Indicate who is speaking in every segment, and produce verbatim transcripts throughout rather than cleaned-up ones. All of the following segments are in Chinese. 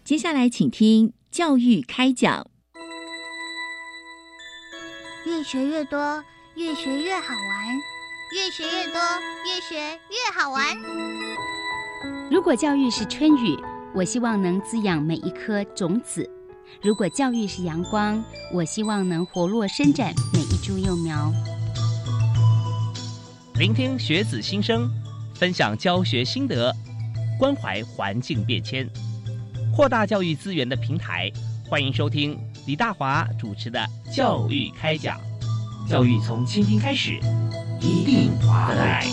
Speaker 1: 接下来请听教育开讲。
Speaker 2: 越学越多，越学越好玩，越学越多，越学越好玩。
Speaker 3: 如果教育是春雨，我希望能滋养每一颗种子；如果教育是阳光，我希望能活络伸展每一株幼苗。
Speaker 4: 聆听学子心声，分享教学心得，关怀环境变迁，扩大教育资源的平台。欢迎收听李大华主持的教育开讲。教育从倾听开始，一定划得来。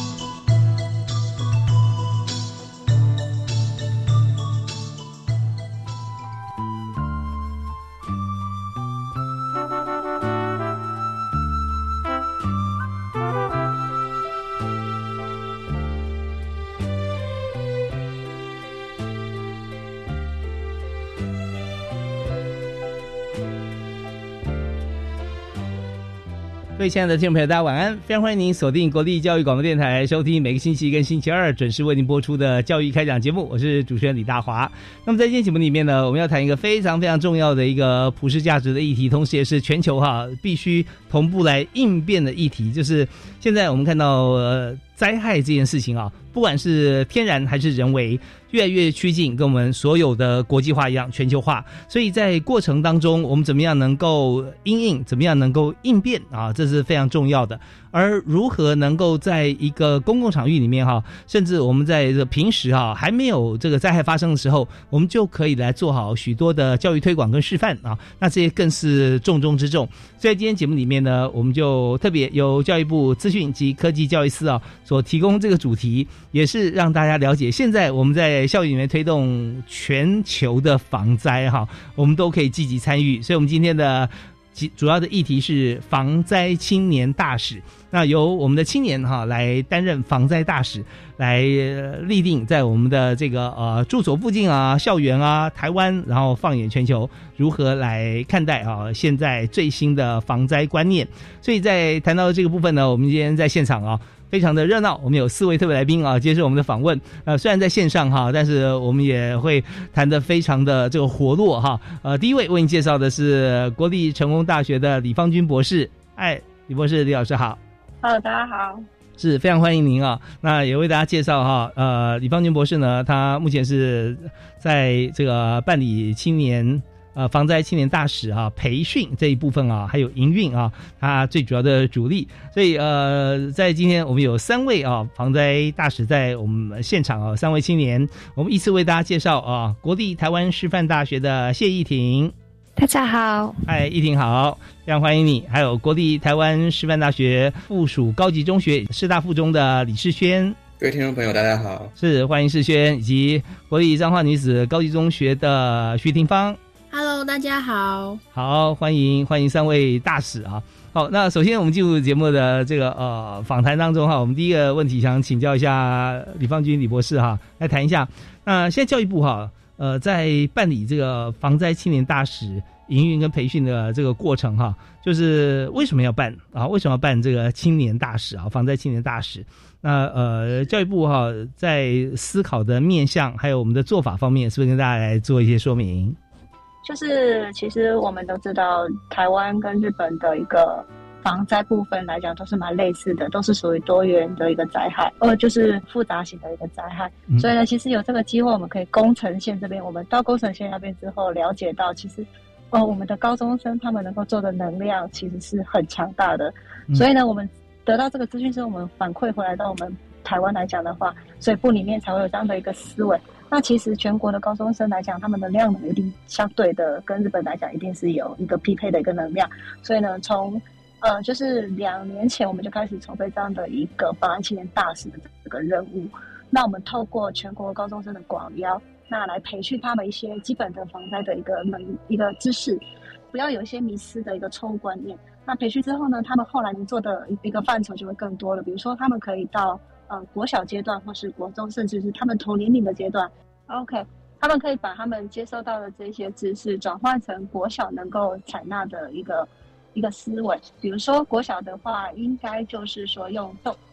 Speaker 4: 各位亲爱的听众朋友，大家晚安！非常欢迎您锁定国立教育广播电台，收听每个星期一跟星期二准时为您播出的教育开讲节目，我是主持人李大华。那么在今天节目里面呢，我们要谈一个非常非常重要的一个普世价值的议题，同时也是全球哈必须同步来应变的议题，就是现在我们看到呃灾害这件事情啊，不管是天然还是人为，越来越趋近跟我们所有的国际化一样全球化，所以在过程当中我们怎么样能够因应，怎么样能够应变啊，这是非常重要的。而如何能够在一个公共场域里面哈，甚至我们在这平时哈还没有这个灾害发生的时候，我们就可以来做好许多的教育推广跟示范啊，那这些更是重中之重。所以今天节目里面呢，我们就特别由教育部资讯及科技教育司啊所提供这个主题，也是让大家了解现在我们在校园里面推动全球的防灾哈，我们都可以积极参与。所以我们今天的主要的议题是防灾青年大使，那由我们的青年哈来担任防灾大使，来立定在我们的这个呃住所附近啊、校园啊、台湾，然后放眼全球，如何来看待啊现在最新的防灾观念。所以在谈到这个部分呢，我们今天在现场啊非常的热闹，我们有四位特别来宾啊接受我们的访问。呃，虽然在线上哈，但是我们也会谈得非常的这个活络哈。呃，第一位为您介绍的是国立成功大学的李芳君博士。哎，李博士，李老师好。
Speaker 5: Hello， 大家好。
Speaker 4: 是非常欢迎您啊。那也为大家介绍哈，呃，李芳君博士呢，他目前是在这个办理青年。呃，防灾青年大使啊，培训这一部分啊，还有营运啊，它最主要的主力。所以呃，在今天我们有三位啊防灾大使在我们现场啊，三位青年，我们依次为大家介绍啊，国立台湾师范大学的谢依婷，
Speaker 5: 大家好。
Speaker 4: 嗨，依婷好，非常欢迎你。还有国立台湾师范大学附属高级中学师大附中的李世轩。
Speaker 6: 各位听众朋友大家好。
Speaker 4: 是，欢迎世轩，以及国立彰化女子高级中学的徐廷芳。
Speaker 7: Hello， 大家好。
Speaker 4: 好，欢迎欢迎三位大使啊。好，那首先我们进入节目的这个呃访谈当中哈，我们第一个问题想请教一下李芳君李博士哈，来谈一下。那现在教育部哈呃在办理这个防灾青年大使营运跟培训的这个过程哈，就是为什么要办啊？为什么要办这个青年大使啊？防灾青年大使？那呃教育部哈在思考的面向还有我们的做法方面，是不是跟大家来做一些说明？
Speaker 5: 就是其实我们都知道，台湾跟日本的一个防灾部分来讲都是蛮类似的，都是属于多元的一个灾害，呃，就是复杂型的一个灾害。嗯、所以呢，其实有这个机会，我们可以宫城县这边，我们到宫城县那边之后，了解到其实，呃，我们的高中生他们能够做的能量其实是很强大的。嗯、所以呢，我们得到这个资讯之后，我们反馈回来到我们台湾来讲的话，所以部里面才会有这样的一个思维。那其实全国的高中生来讲，他们的量能一定相对的跟日本来讲一定是有一个匹配的一个能量，所以呢，从呃就是两年前我们就开始筹备这样的一个防灾青年大使的这个任务。那我们透过全国高中生的广邀，那来培训他们一些基本的防灾的一个能一个知识，不要有一些迷思的一个错误观念。那培训之后呢，他们后来能做的一个范畴就会更多了，比如说他们可以到呃国小阶段或是国中，甚至是他们同年龄的阶段。OK， 他们可以把他们接收到的这些知识转换成国小能够采纳的一个一个思维。比如说国小的话，应该就是说用动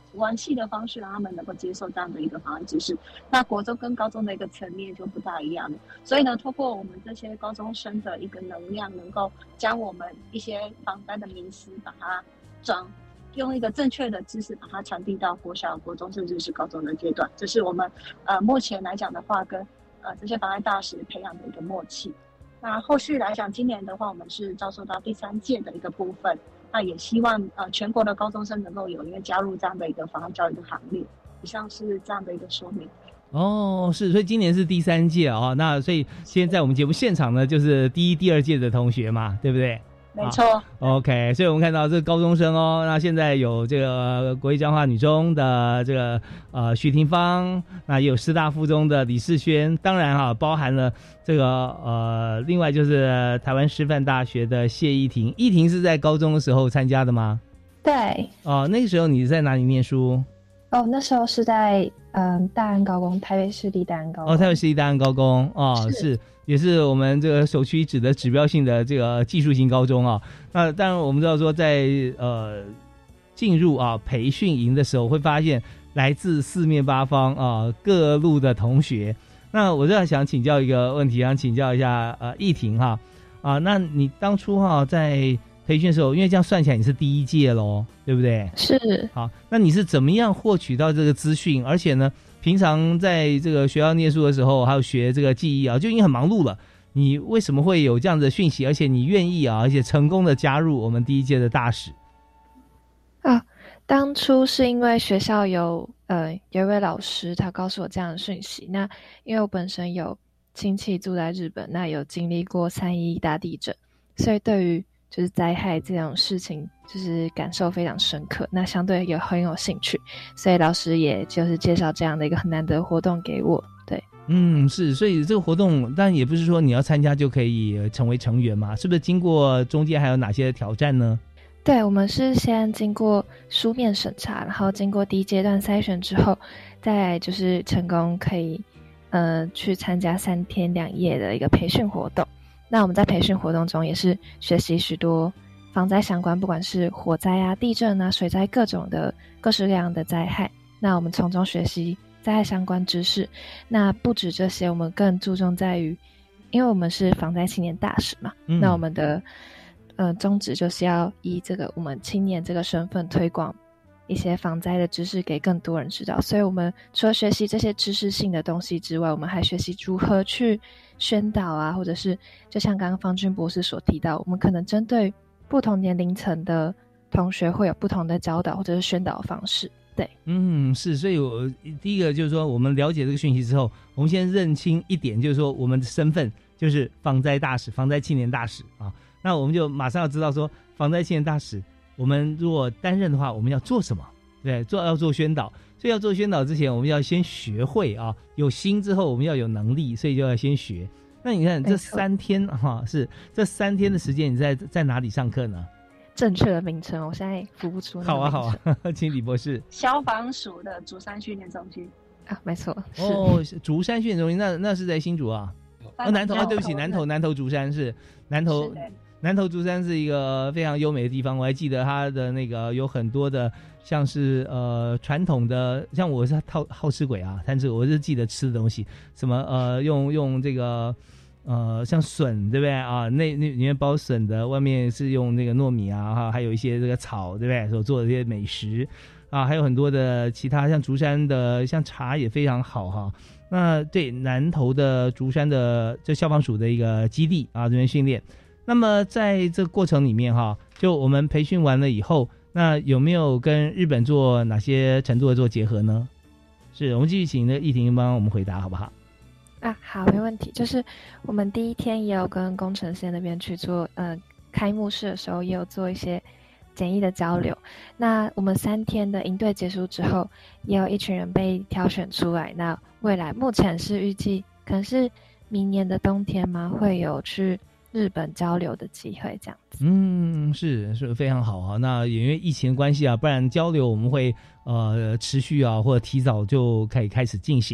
Speaker 5: 玩戏的方式让他们能够接受这样的一个防灾知识。那国中跟高中的一个层面就不大一样了，所以呢，透过我们这些高中生的一个能量，能够将我们一些防灾的迷思，把它转用一个正确的知识把它传递到国小、国中甚至是高中的阶段。这是我们呃目前来讲的话，跟呃这些防灾大使培养的一个默契。那后续来讲，今年的话，我们是招收到第三届的一个部分。那也希望呃全国的高中生能够有一个加入这样的一个防灾教育的行列。以上是这样的一个说明。
Speaker 4: 哦，是，所以今年是第三届哦。那所以现在在我们节目现场呢，就是第一、第二届的同学嘛，对不对？
Speaker 5: 没错。
Speaker 4: OK， 所以我们看到这个高中生哦，那现在有这个国立彰化女中的这个呃许廷芳，那也有师大附中的李世轩，当然哈、啊，包含了这个呃，另外就是台湾师范大学的谢依婷。依婷是在高中的时候参加的吗？
Speaker 8: 对。
Speaker 4: 哦，那个时候你在哪里念书？
Speaker 8: 哦，那时候是在嗯大安高工，台北市立大安高工。
Speaker 4: 哦，台北市立大安高工哦，是。是也是我们这个首屈一指的指标性的这个技术型高中啊。那当然我们知道说在呃进入啊培训营的时候，会发现来自四面八方啊各路的同学。那我就想请教一个问题，想请教一下呃依婷哈啊，那你当初哈、啊、在培训的时候，因为这样算起来你是第一届咯，对不对？
Speaker 8: 是。
Speaker 4: 好，那你是怎么样获取到这个资讯？而且呢，平常在这个学校念书的时候，还有学这个技艺啊，就已经很忙碌了。你为什么会有这样的讯息？而且你愿意啊，而且成功的加入我们第一届的大使
Speaker 8: 啊？当初是因为学校有呃有一位老师，他告诉我这样的讯息。那因为我本身有亲戚住在日本，那有经历过三一一大地震，所以对于就是灾害这种事情，就是感受非常深刻，那相对也很有兴趣，所以老师也就是介绍这样的一个很难得的活动给我。对，
Speaker 4: 嗯，是，所以这个活动，但也不是说你要参加就可以成为成员嘛，是不是经过中间还有哪些挑战呢？
Speaker 8: 对，我们是先经过书面审查，然后经过第一阶段筛选之后，再来就是成功可以呃去参加三天两夜的一个培训活动。那我们在培训活动中也是学习许多防灾相关，不管是火灾啊、地震啊、水灾各种的各式各样的灾害，那我们从中学习灾害相关知识。那不止这些，我们更注重在于，因为我们是防灾青年大使嘛，嗯、那我们的呃宗旨就是要以这个我们青年这个身份推广一些防灾的知识给更多人知道。所以我们除了学习这些知识性的东西之外，我们还学习如何去宣导啊，或者是就像刚刚方君博士所提到，我们可能针对不同年龄层的同学会有不同的教导或者是宣导的方式。对，
Speaker 4: 嗯，是，所以我第一个就是说，我们了解这个讯息之后，我们先认清一点，就是说我们的身份就是防灾大使、防灾青年大使啊。那我们就马上要知道说，防灾青年大使，我们如果担任的话，我们要做什么？对，做要做宣导。所以要做宣导之前，我们要先学会啊，有心之后我们要有能力，所以就要先学。那你看这三天哈、啊，是这三天的时间，你在在哪里上课呢？
Speaker 8: 正确的名称我现在读不出。
Speaker 4: 好啊好啊，请李博士。
Speaker 5: 消防署的竹山训练中心
Speaker 8: 啊，没错。
Speaker 4: 哦，竹山训练中心，那那是在新竹啊。哦，南投啊，对不起，南投南投竹山是南投。南投竹山是一个非常优美的地方，我还记得它的那个有很多的像是呃传统的，像我是好好吃鬼啊，但是我是记得吃的东西，什么呃用用这个呃像笋对不对啊？那那里面包笋的，外面是用那个糯米啊，哈，还有一些这个草对不对？所做的这些美食啊，还有很多的其他像竹山的像茶也非常好哈。那对南投的竹山的这消防署的一个基地啊，这边训练。那么在这个过程里面哈，就我们培训完了以后，那有没有跟日本做哪些程度的做结合呢？是我们继续请那个依婷帮我们回答好不好？
Speaker 8: 啊，好，没问题。就是我们第一天也有跟工程师那边去做，呃，开幕式的时候也有做一些简易的交流。那我们三天的营队结束之后，也有一群人被挑选出来。那未来目前是预计可能是明年的冬天吗？会有去日本交流的机会，这样子。
Speaker 4: 嗯，是是非常好啊。那也因为疫情的关系啊，不然交流我们会呃持续啊，或者提早就可以开始进行。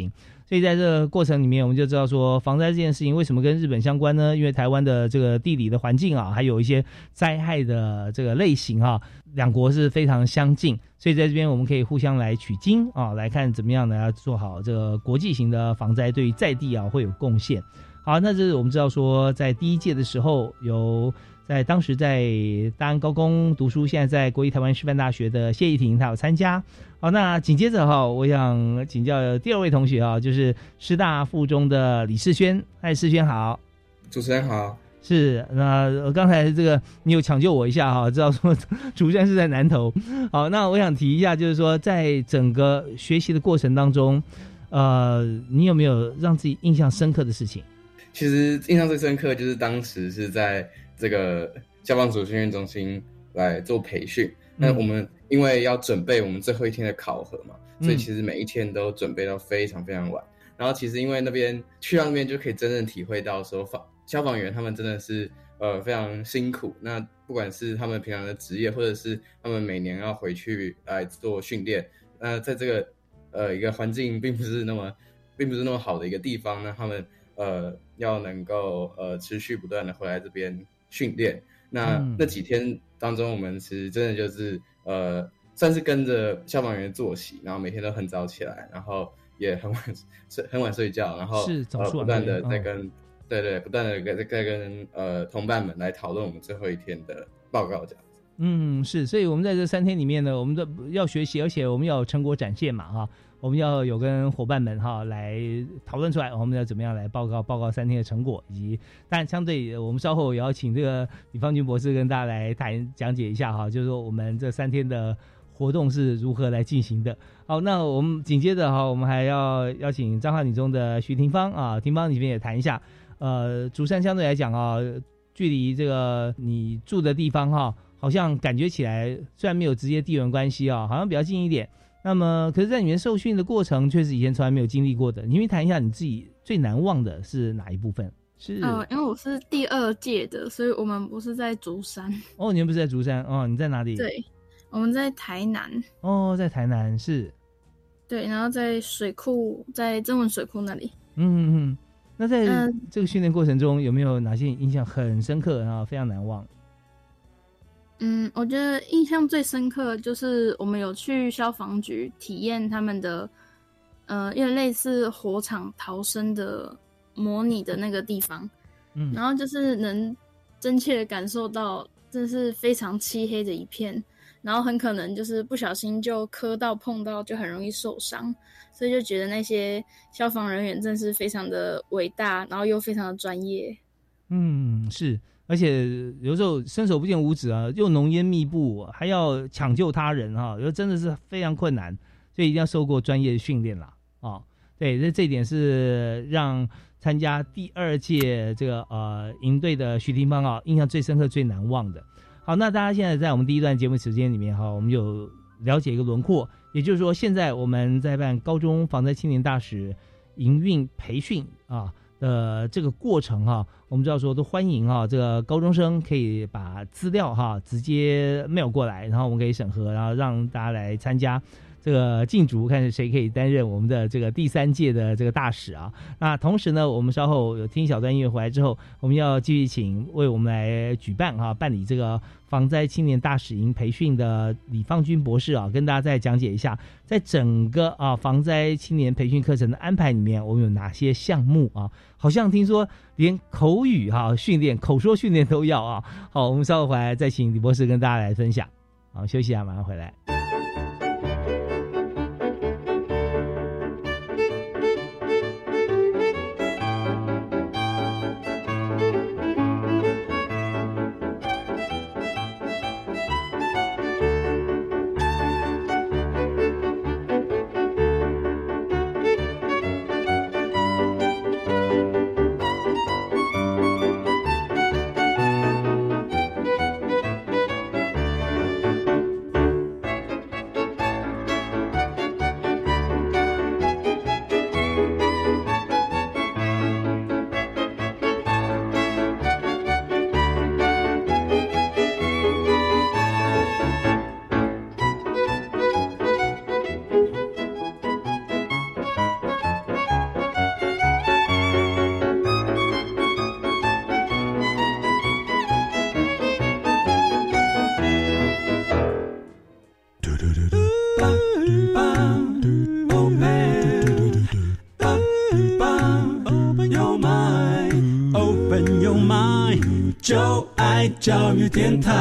Speaker 4: 所以在这个过程里面，我们就知道说防灾这件事情为什么跟日本相关呢？因为台湾的这个地理的环境啊，还有一些灾害的这个类型啊，两国是非常相近，所以在这边我们可以互相来取经啊，来看怎么样呢做好这个国际型的防灾，对于在地啊会有贡献。好，那这是我们知道说在第一届的时候，有在当时在大安高工读书，现在在国立台湾师范大学的谢依婷，她有参加。好，那紧接着哈，我想请教第二位同学啊，就是师大附中的李世轩。嗨，世轩好。
Speaker 6: 主持人好。
Speaker 4: 是，那刚才这个你有抢救我一下哈，知道说主站是在南投。好，那我想提一下，就是说在整个学习的过程当中，呃，你有没有让自己印象深刻的事情？
Speaker 6: 其实印象最深刻就是当时是在这个消防组训练中心来做培训。那我们因为要准备我们最后一天的考核嘛，所以其实每一天都准备到非常非常晚。然后其实因为那边去到那边就可以真正体会到说消防员他们真的是呃非常辛苦。那不管是他们平常的职业，或者是他们每年要回去来做训练，那在这个呃一个环境并不是那么并不是那么好的一个地方，那他们呃要能够呃持续不断的回来这边训练。那、嗯、那几天当中，我们其实真的就是呃，算是跟着消防员作息，然后每天都很早起来，然后也很晚睡很晚睡觉，然后
Speaker 4: 是
Speaker 6: 呃不断的在跟、哦、对对不断的在在跟呃同伴们来讨论我们最后一天的报告这样子。
Speaker 4: 嗯，是，所以我们在这三天里面呢，我们的要学习，而且我们要有成果展现嘛哈。我们要有跟伙伴们哈来讨论出来，我们要怎么样来报告报告三天的成果，以及当然相对我们稍后也要请这个李方军博士跟大家来谈讲解一下哈，就是说我们这三天的活动是如何来进行的。好，那我们紧接着哈，我们还要邀请彰化女中的徐廷芳啊，廷芳你这边也谈一下，呃，竹山相对来讲啊，距离这个你住的地方哈，好像感觉起来虽然没有直接地缘关系啊，好像比较近一点。那么可是在你们受训的过程却是以前从来没有经历过的，你会谈一下你自己最难忘的是哪一部分？是
Speaker 7: 呃，因为我是第二届的，所以我们不是在竹山。
Speaker 4: 哦，你们不是在竹山哦，你在哪里？
Speaker 7: 对，我们在台南。
Speaker 4: 哦，在台南是。
Speaker 7: 对，然后在水库，在曾文水库那里。
Speaker 4: 嗯嗯，那在这个训练过程中，有没有哪些印象很深刻然后非常难忘？
Speaker 7: 嗯，我觉得印象最深刻就是我们有去消防局体验他们的，呃，因为类似火场逃生的模拟的那个地方，嗯，然后就是能真切的感受到，这是非常漆黑的一片，然后很可能就是不小心就磕到碰到，就很容易受伤，所以就觉得那些消防人员真是非常的伟大，然后又非常的专业。
Speaker 4: 嗯，是。而且有时候伸手不见五指啊，又浓烟密布，还要抢救他人哈，有时候真的是非常困难，所以一定要受过专业的训练啦啊、哦。对，这这一点是让参加第二届这个呃营队的徐廷芳啊，印象最深刻、最难忘的。好，那大家现在在我们第一段节目时间里面哈，我们有了解一个轮廓，也就是说，现在我们在办高中防灾青年大使营运培训啊。的这个过程哈，我们知道说都欢迎哈，这个高中生可以把资料哈直接 mail 过来，然后我们可以审核，然后让大家来参加这个竞逐，看谁可以担任我们的这个第三届的这个大使啊。那同时呢，我们稍后有听一小段音乐回来之后，我们要继续请为我们来举办哈办理这个防灾青年大使营培训的李方军博士啊，跟大家再讲解一下，在整个啊防灾青年培训课程的安排里面，我们有哪些项目啊？好像听说连口语哈、啊、训练、口说训练都要啊。好，我们稍后回来再请李博士跟大家来分享。好，休息一下，马上回来。
Speaker 9: on your mind， 就爱教育电台。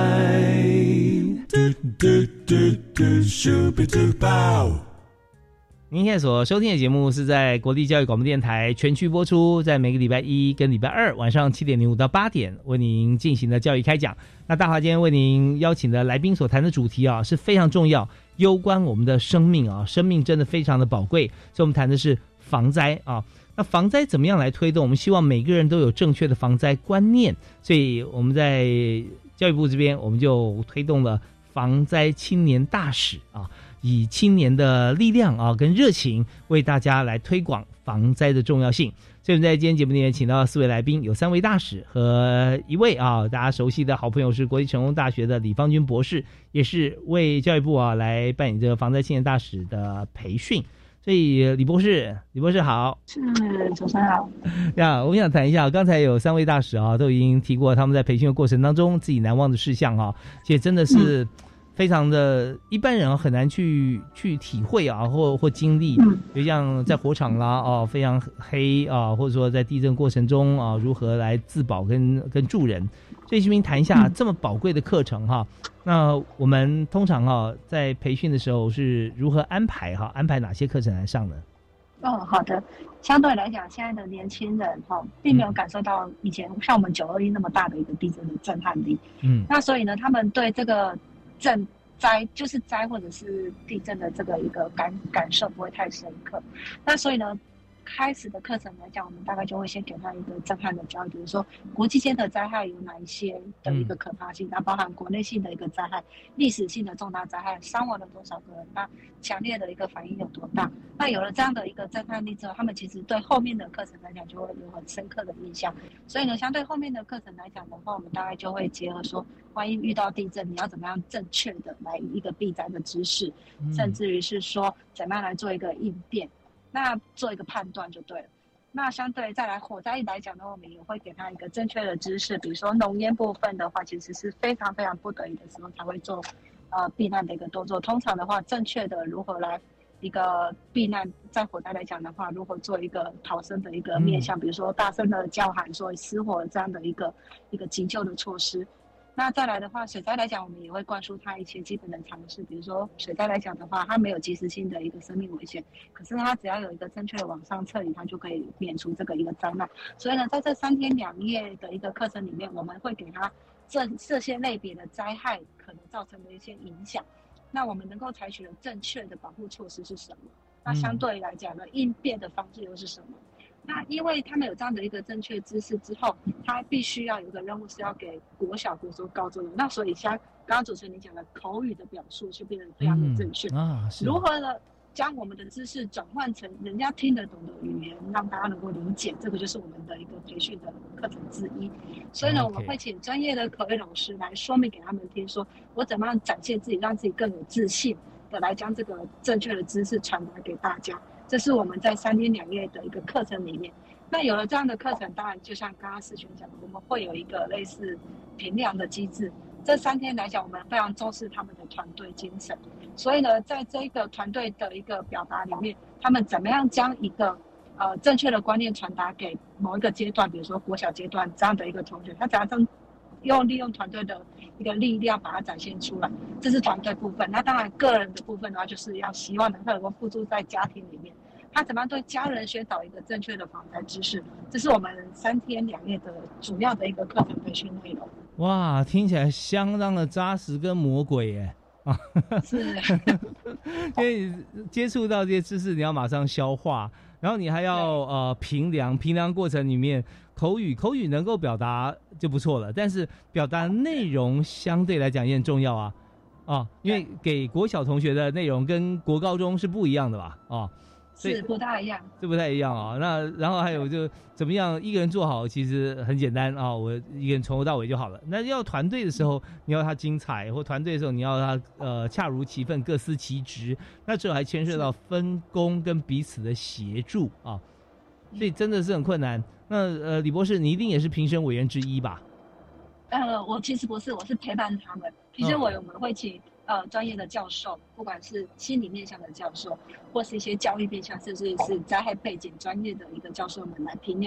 Speaker 4: 您现在所收听的节目是在国立教育广播电台全区播出，在每个礼拜一跟礼拜二晚上七点零五到八点为您进行的教育开讲。那大华今天为您邀请的来宾所谈的主题啊是非常重要，攸关我们的生命啊，生命真的非常的宝贵，所以我们谈的是防灾啊。那防灾怎么样来推动？我们希望每个人都有正确的防灾观念，所以我们在教育部这边我们就推动了防灾青年大使啊，以青年的力量啊跟热情为大家来推广防灾的重要性。所以我们在今天节目里面请到四位来宾，有三位大使和一位啊大家熟悉的好朋友是国立成功大学的李芳君博士，也是为教育部啊来扮演这个防灾青年大使的培训。所以李博士，李博士好。
Speaker 5: 是，主持人好。
Speaker 4: 呀，我们想谈一下，刚才有三位大使啊，都已经提过他们在培训的过程当中自己难忘的事项啊，其实真的是非常的，一般人很难去去体会啊，或或经历。嗯，就像在火场啦，哦，非常黑啊，或者说在地震过程中啊，如何来自保跟跟助人。所以这边谈一下这么宝贵的课程哈。那我们通常哈在培训的时候是如何安排哈？安排哪些课程来上呢？
Speaker 5: 哦，好的。相对来讲，现在的年轻人哈，并没有感受到以前像我们九二一那么大的一个地震的震撼力。嗯，那所以呢，他们对这个震灾就是灾或者是地震的这个一个感感受不会太深刻。那所以呢，开始的课程来讲，我们大概就会先给他一个震撼的教育，比如说国际间的灾害有哪一些的一个可怕性，那、嗯、包含国内性的一个灾害、历史性的重大灾害，伤亡了多少个人，那强烈的一个反应有多大。那有了这样的一个震撼力之后，他们其实对后面的课程来讲就会有很深刻的印象。所以呢，相对后面的课程来讲的话，我们大概就会结合说，万一遇到地震，你要怎么样正确的来一个避灾的知识，嗯、甚至于是说怎么样来做一个应变。那做一个判断就对了。那相对再来火灾来讲的话，我们也会给他一个正确的知识，比如说浓烟部分的话，其实是非常非常不得已的时候才会做呃避难的一个动作。通常的话，正确的如何来一个避难，在火灾来讲的话，如何做一个逃生的一个面向，比如说大声的叫喊说失火这样的一个一个急救的措施。那再来的话，水灾来讲，我们也会灌输他一些基本的常识，比如说水灾来讲的话，它没有即时性的一个生命危险，可是它只要有一个正确的往上撤离，它就可以免除这个一个灾难。所以呢，在这三天两夜的一个课程里面，我们会给他这这些类别的灾害可能造成的一些影响，那我们能够采取的正确的保护措施是什么？那相对来讲呢，应变的方式又是什么？那因为他们有这样的一个正确知识之后，他必须要有一个任务是要给国小、国中、高中的。那所以像刚刚主持人你讲的口语的表述就变得非常的正确、嗯啊、如何呢将我们的知识转换成人家听得懂的语言，让大家能够理解，这个就是我们的一个培训的课程之一。所以呢， okay. 我们会请专业的口语老师来说明给他们听，说我怎么样展现自己，让自己更有自信的来将这个正确的知识传达给大家。这是我们在三天两夜的一个课程里面。那有了这样的课程，当然就像刚刚世璇讲的，我们会有一个类似评量的机制。这三天来讲，我们非常重视他们的团队精神。所以呢，在这个团队的一个表达里面，他们怎么样将一个呃正确的观念传达给某一个阶段，比如说国小阶段这样的一个同学，他怎样用利用团队的一个力量把它展现出来，这是团队部分。那当然个人的部分的话，就是要希望能够付诸在家庭里面，他怎么样对家人宣导一个正确的防灾知识，这是我们三天两夜的主要的一个课程培训内容。
Speaker 4: 哇，听起来相当的扎实跟魔鬼耶啊！
Speaker 5: 是，
Speaker 4: 因为接触到这些知识，你要马上消化，然后你还要呃评量，评量过程里面口语口语能够表达就不错了，但是表达内容相对来讲也很重要啊啊，因为给国小同学的内容跟国高中是不一样的吧啊。
Speaker 5: 是不太一样，
Speaker 4: 这不太一样啊、哦。那然后还有就怎么样一个人做好，其实很简单啊、哦，我一个人从头到尾就好了。那要团队的时候，你要他精彩，或团队的时候你要他呃恰如其分、各司其职。那这还牵涉到分工跟彼此的协助啊，所以真的是很困难。那呃，李博士，你一定也是评审委员之一吧？
Speaker 5: 呃，我其实不是，我是陪伴他们。评审委员我们会请。呃，专业的教授，不管是心理面向的教授，或是一些教育面向，甚至是灾害背景专业的一个教授们来评量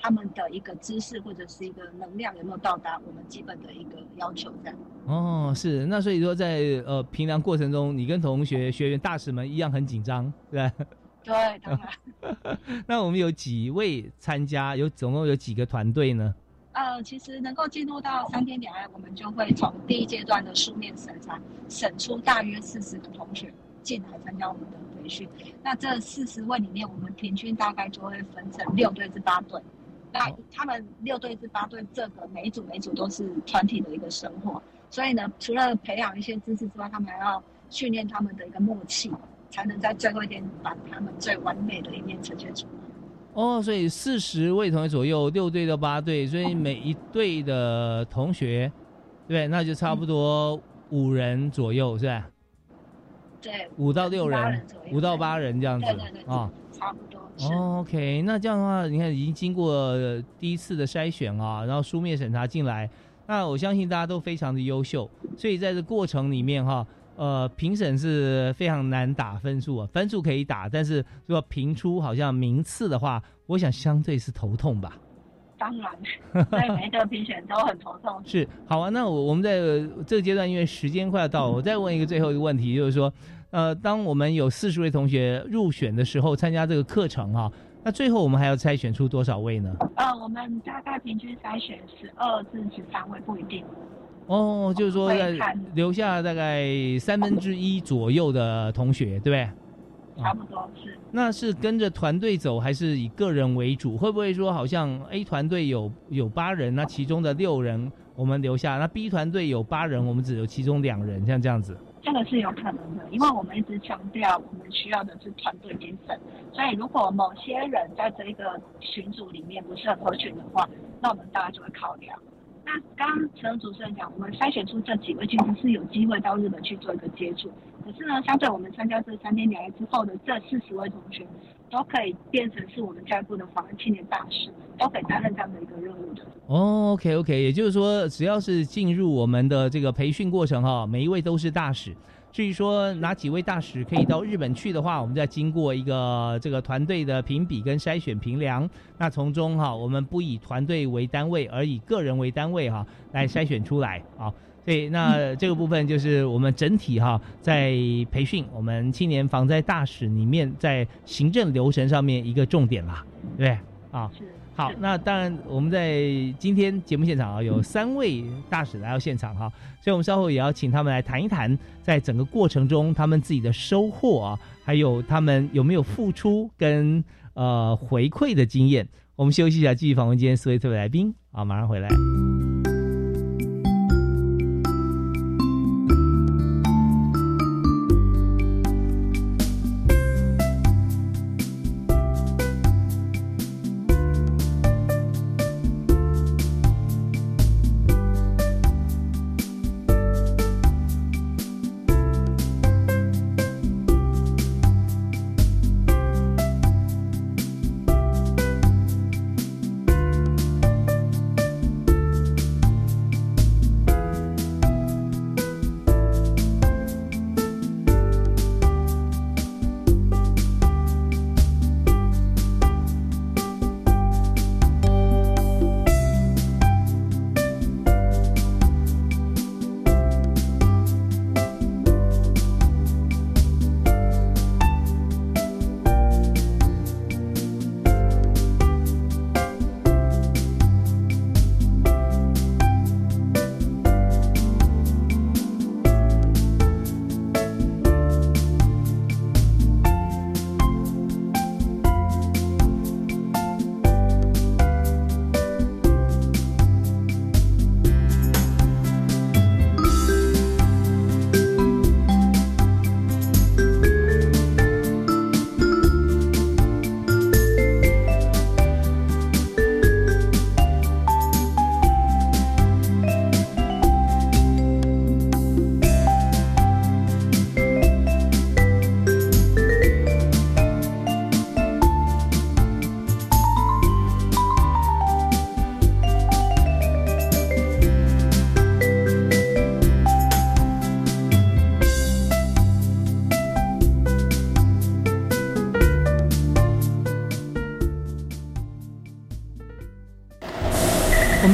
Speaker 5: 他们的一个知识或者是一个能量有没有到达我们基本的一个要求这样。
Speaker 4: 哦，是，那所以说在呃评量过程中，你跟同学学员大使们一样很紧张，对吧？
Speaker 5: 对，当然。
Speaker 4: 那我们有几位参加？有总共有几个团队呢？
Speaker 5: 呃，其实能够进入到三天两夜，我们就会从第一阶段的书面审查审出大约四十个同学进来参加我们的培训。那这四十位里面，我们平均大概就会分成六队至八队。那他们六队至八队，这个每一组每一组都是团体的一个生活，所以呢，除了培养一些知识之外，他们还要训练他们的一个默契，才能在最后一天把他们最完美的一面呈现出来。
Speaker 4: 哦，所以四十位同学左右，六队到八队，所以每一队的同学，对，那就差不多五人左右，是吧？
Speaker 5: 对，
Speaker 4: 五到六人，五到八人这样子，
Speaker 5: 对对对，啊、哦，差不多。
Speaker 4: 哦 OK， 那这样的话，你看已经经过第一次的筛选啊，然后书面审查进来，那我相信大家都非常的优秀，所以在这过程里面哈。呃，评审是非常难打分数啊，分数可以打，但是如果评出好像名次的话，我想相对是头痛吧。
Speaker 5: 当然，所以每一个评选都很头痛。
Speaker 4: 是，好啊，那我我们在这个阶段，因为时间快要到了，我再问一个最后一个问题，就是说，呃，当我们有四十位同学入选的时候，参加这个课程哈、啊，那最后我们还要筛选出多少位呢？
Speaker 5: 呃，我们大概平均筛选十二至十三位，不一定。
Speaker 4: 哦，就是说在留下大概三分之一左右的同学，对不对？
Speaker 5: 差不多是。
Speaker 4: 那是跟着团队走，还是以个人为主？会不会说好像 A 团队有有八人，那其中的六人我们留下，那 B 团队有八人，我们只有其中两人，像这样子？
Speaker 5: 这个是有可能的，因为我们一直强调我们需要的是团队精神，所以如果某些人在这个群组里面不是很合群的话，那我们当然就会考量。那刚刚陈主持人讲，我们筛选出这几位其实是有机会到日本去做一个接触，可是呢，相对我们参加这三天两夜之后的这四十位同学，都可以变成是我们教育部的华人青年大使，都可以担任这样的一个任务的。
Speaker 4: 哦 ，OK OK， 也就是说，只要是进入我们的这个培训过程哈，每一位都是大使。至于说哪几位大使可以到日本去的话，我们再经过一个这个团队的评比跟筛选评量，那从中哈，我们不以团队为单位，而以个人为单位哈，来筛选出来啊。所以那这个部分就是我们整体哈，在培训我们青年防灾大使里面，在行政流程上面一个重点啦，对不对啊？是。好，那当然我们在今天节目现场啊，有三位大使来到现场哈，所以我们稍后也要请他们来谈一谈，在整个过程中他们自己的收获啊，还有他们有没有付出跟呃回馈的经验。我们休息一下，继续访问今天四位特别来宾啊，马上回来。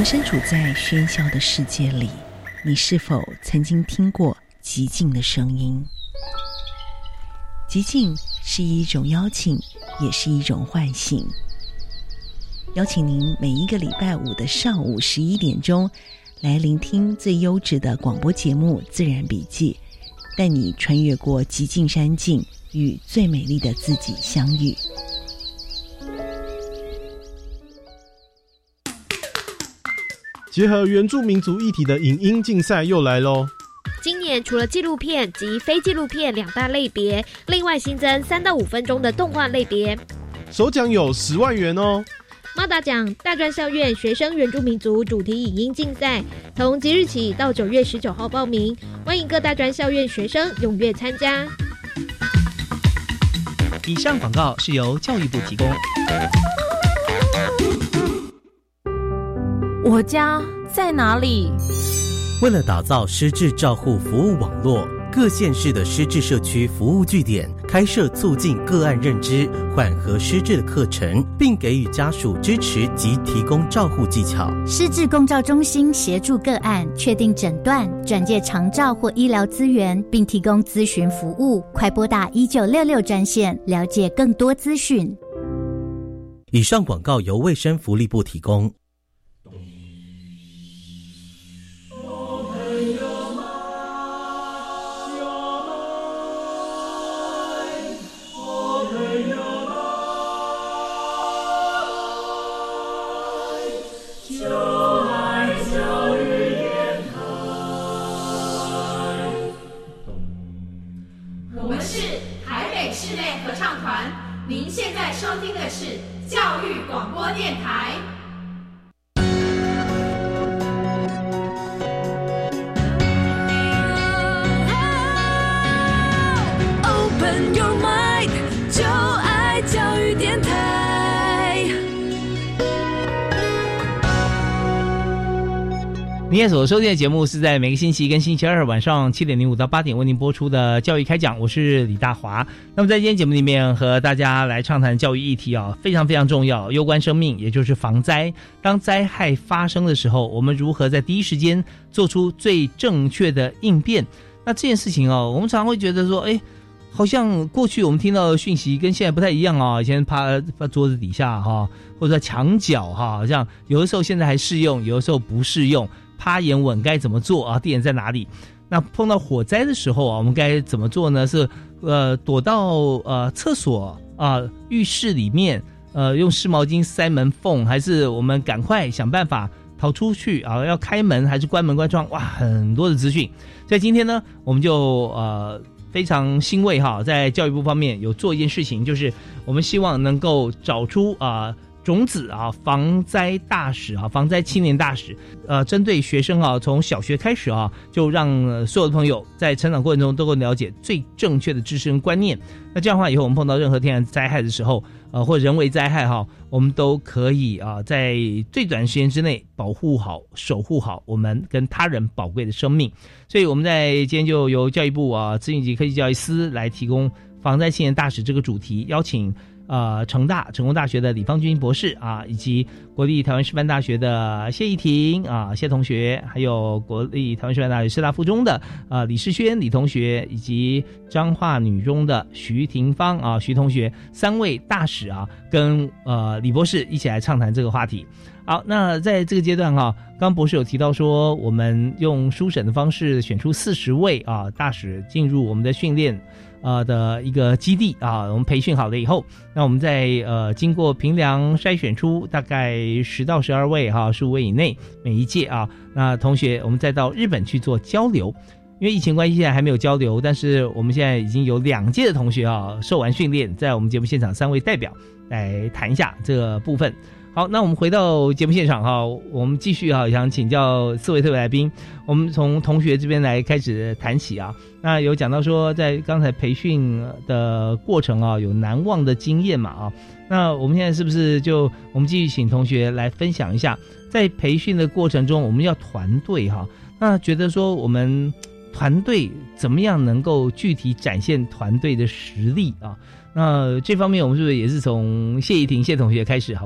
Speaker 10: 们身处在喧嚣的世界里，你是否曾经听过寂静的声音？寂静是一种邀请，也是一种唤醒。邀请您每一个礼拜五的上午十一点钟，来聆听最优质的广播节目《自然笔记》，带你穿越过寂静山境，与最美丽的自己相遇。
Speaker 11: 结合原住民族议题的影音竞赛又来咯。
Speaker 12: 今年除了纪录片及非纪录片两大类别，另外新增三到五分钟的动画类别，
Speaker 11: 首奖有十万元哦。
Speaker 12: 猫达奖大专校院学生原住民族主题影音竞赛，从即日起到九月十九号报名，欢迎各大专校院学生踊跃参加。
Speaker 4: 以上广告是由教育部提供。
Speaker 13: 我家在哪里？
Speaker 14: 为了打造失智照护服务网络，各县市的失智社区服务据点开设促进个案认知、缓和失智的课程，并给予家属支持及提供照护技巧。
Speaker 15: 失智共照中心协助个案确定诊断、转介长照或医疗资源，并提供咨询服务。快拨打一九六六专线，了解更多资讯。
Speaker 14: 以上广告由卫生福利部提供。
Speaker 16: 您现在收听的是教育广播电台。Open your mind， 就爱教育电台。
Speaker 4: 您现在所收听的节目是在每个星期跟星期二晚上七点零五到八点为您播出的教育开讲，我是李大华。那么在今天节目里面和大家来畅谈教育议题啊，非常非常重要，攸关生命，也就是防灾。当灾害发生的时候，我们如何在第一时间做出最正确的应变？那这件事情哦，我们常常会觉得说，哎，好像过去我们听到的讯息跟现在不太一样啊。以前趴趴桌子底下哈，或者墙角哈，好像有的时候现在还适用，有的时候不适用。趴眼稳该怎么做啊？地点在哪里？那碰到火灾的时候啊，我们该怎么做呢？是呃躲到呃厕所啊、呃、浴室里面，呃用湿毛巾塞门缝，还是我们赶快想办法逃出去啊？要开门还是关门关窗？哇，很多的资讯。所以今天呢，我们就呃非常欣慰哈，在教育部方面有做一件事情，就是我们希望能够找出啊。呃种子啊，防灾大使啊，防灾青年大使，呃，针对学生啊，从小学开始啊，就让、呃、所有的朋友在成长过程中都能了解最正确的知识跟观念。那这样的话，以后我们碰到任何天然灾害的时候，呃，或者人为灾害哈，我们都可以啊，在最短时间之内保护好、守护好我们跟他人宝贵的生命。所以我们在今天就由教育部啊，资讯及科技教育司来提供防灾青年大使这个主题，邀请。呃，成大成功大学的李方君博士啊，以及国立台湾师范大学的谢依婷啊谢同学，还有国立台湾师范大学师大附中的呃李世轩李同学，以及彰化女中的徐廷芳啊徐同学，三位大使啊，跟呃李博士一起来畅谈这个话题。好，那在这个阶段哈、啊，刚博士有提到说，我们用初审的方式选出四十位啊大使进入我们的训练。呃的一个基地啊，我们培训好了以后，那我们在呃经过评量筛选出大概十到十二位哈，十五位以内每一届啊，那同学我们再到日本去做交流，因为疫情关系现在还没有交流，但是我们现在已经有两届的同学啊受完训练，在我们节目现场三位代表来谈一下这个部分。好，那我们回到节目现场哈，我们继续哈，想请教四位特别来宾，我们从同学这边来开始谈起啊。那有讲到说，在刚才培训的过程啊，有难忘的经验嘛啊。那我们现在是不是就我们继续请同学来分享一下，在培训的过程中，我们要团队哈，那觉得说我们团队怎么样能够具体展现团队的实力啊？那这方面我们是不是也是从谢依婷谢同学开始，好不好？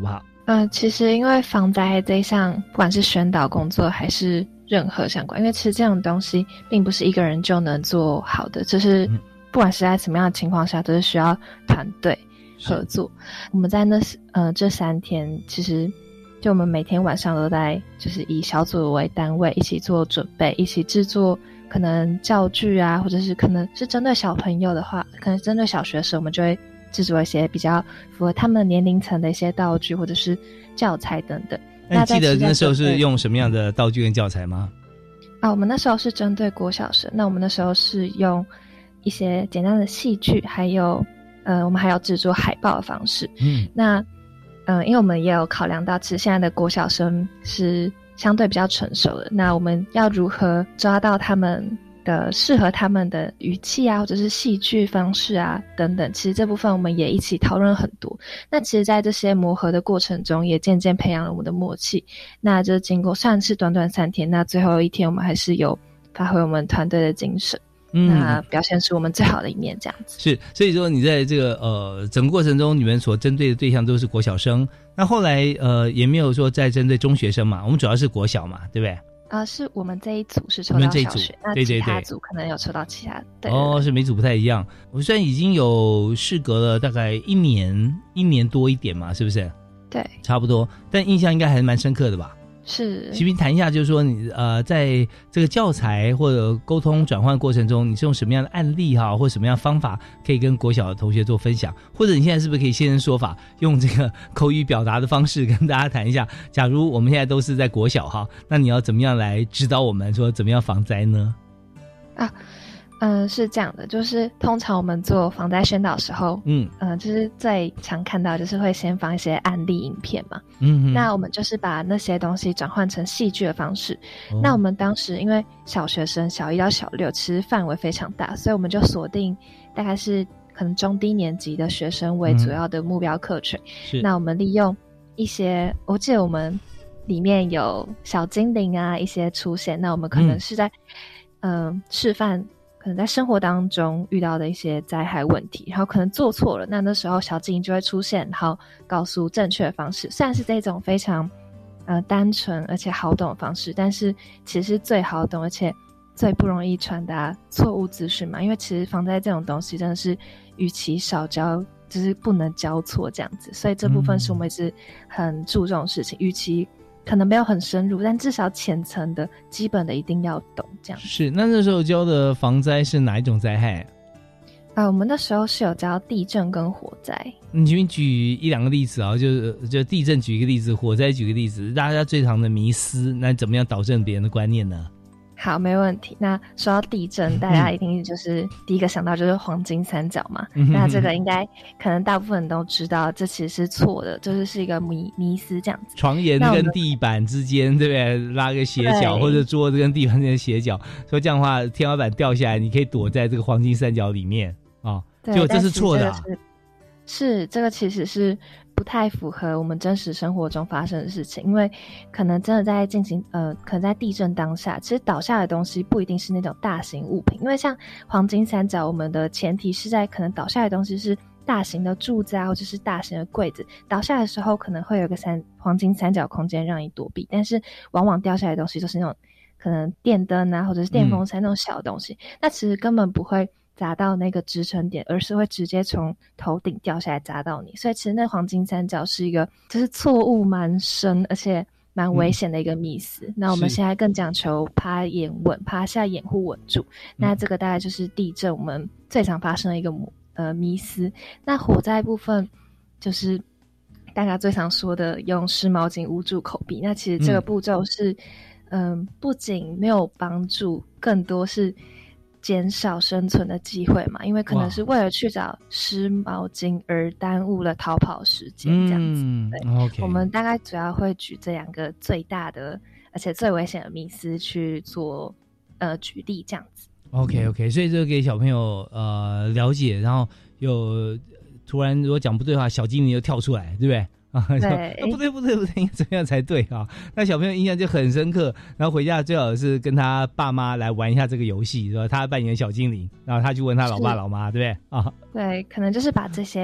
Speaker 8: 嗯、呃，其实因为防灾这一项，不管是宣导工作还是任何相关，因为其实这种东西并不是一个人就能做好的，就是不管是在什么样的情况下，都是需要团队合作。我们在那呃这三天，其实就我们每天晚上都在就是以小组为单位一起做准备，一起制作可能教具啊，或者是可能是针对小朋友的话，可能针对小学生，我们就会制作一些比较符合他们年龄层的一些道具或者是教材等等。
Speaker 4: 那你记得那时候是用什么样的道具跟教材吗？
Speaker 8: 啊，我们那时候是针对国小生，那我们那时候是用一些简单的戏剧，还有呃，我们还有制作海报的方式。嗯，那嗯、呃，因为我们也有考量到，其实现在的国小生是相对比较成熟的，那我们要如何抓到他们的适合他们的语气啊，或者是戏剧方式啊等等，其实这部分我们也一起讨论很多。那其实在这些磨合的过程中，也渐渐培养了我们的默契。那就经过虽然是短短三天，那最后一天我们还是有发挥我们团队的精神，嗯，那表现出我们最好的一面，这样子。
Speaker 4: 是，所以说你在这个呃整个过程中，你们所针对的对象都是国小生，那后来呃也没有说再针对中学生嘛，我们主要是国小嘛，对不对？
Speaker 8: 啊、呃，是我们这一组是抽到小学，那其他组可能有抽到其他。对对对
Speaker 4: 哦，是每组不太一样。我虽然已经有事隔了大概一年一年多一点嘛，是不是？
Speaker 8: 对，
Speaker 4: 差不多，但印象应该还是蛮深刻的吧？
Speaker 8: 是。齐
Speaker 4: 平谈一下，就是说你呃，在这个教材或者沟通转换过程中，你是用什么样的案例哈，或什么样的方法可以跟国小的同学做分享？或者你现在是不是可以现身说法，用这个口语表达的方式跟大家谈一下？假如我们现在都是在国小哈，那你要怎么样来指导我们说怎么样防灾呢？
Speaker 8: 啊。嗯，是这样的，就是通常我们做防灾宣导的时候，嗯，呃，就是最常看到就是会先放一些案例影片嘛，嗯，那我们就是把那些东西转换成戏剧的方式。哦、那我们当时因为小学生小一到小六其实范围非常大，所以我们就锁定大概是可能中低年级的学生为主要的目标客群。嗯、那我们利用一些，我记得我们里面有小精灵啊一些出现，那我们可能是在嗯、呃、示范。可能在生活当中遇到的一些灾害问题，然后可能做错了，那那时候小精灵就会出现，然后告诉正确的方式。虽然是这种非常呃单纯而且好懂的方式，但是其实最好懂而且最不容易传达错误资讯嘛。因为其实防灾这种东西真的是与其少教，就是不能教错这样子，所以这部分是我们是很注重的事情。与其可能没有很深入，但至少浅层的基本的一定要懂这样。
Speaker 4: 是，那那时候教的防灾是哪一种灾害啊？
Speaker 8: 呃，我们那时候是有教地震跟火灾。
Speaker 4: 你请举一两个例子啊，就就地震举一个例子，火灾举个例子，大家最常的迷思，那怎么样导正别人的观念呢？
Speaker 8: 好，没问题。那说到地震，大家一定就是第一个想到就是黄金三角嘛。嗯、那这个应该可能大部分人都知道，这其实是错的，就是是一个迷迷思这样子。
Speaker 4: 床沿跟地板之间，对不对？拉个斜角，或者桌子跟地板之间斜角，说这样的话，天花板掉下来，你可以躲在这个黄金三角里面啊。哦、结果这是错的、啊。
Speaker 8: 是，这个其实是不太符合我们真实生活中发生的事情，因为可能真的在进行呃，可能在地震当下，其实倒下的东西不一定是那种大型物品，因为像黄金三角，我们的前提是在可能倒下的东西是大型的柱子啊，或者是大型的柜子，倒下的时候可能会有个三黄金三角空间让你躲避，但是往往掉下来的东西都是那种可能电灯啊，或者是电风扇那种小的东西，嗯、那其实根本不会砸到那个支撑点，而是会直接从头顶掉下来砸到你。所以其实那黄金三角是一个就是错误蛮深而且蛮危险的一个迷思、嗯、那我们现在更讲求趴眼稳，趴下掩护稳住、嗯、那这个大概就是地震我们最常发生的一个呃迷思。那火灾部分就是大家最常说的用湿毛巾捂住口鼻，那其实这个步骤是嗯、呃，不仅没有帮助，更多是减少生存的机会嘛，因为可能是为了去找湿毛巾而耽误了逃跑时间这样子、嗯、对、okay. 我们大概主要会举这两个最大的而且最危险的迷思去做呃举例这样子。
Speaker 4: OK OK， 所以这个给小朋友呃了解，然后有突然如果讲不对的话，小精灵就跳出来，对不对？啊，对，啊、不对不对不对，应该怎么样才对啊？那小朋友印象就很深刻，然后回家最好是跟他爸妈来玩一下这个游戏，是吧？他扮演小精灵，然后他去问他老爸老妈，对不对？啊，
Speaker 8: 对，可能就是把这些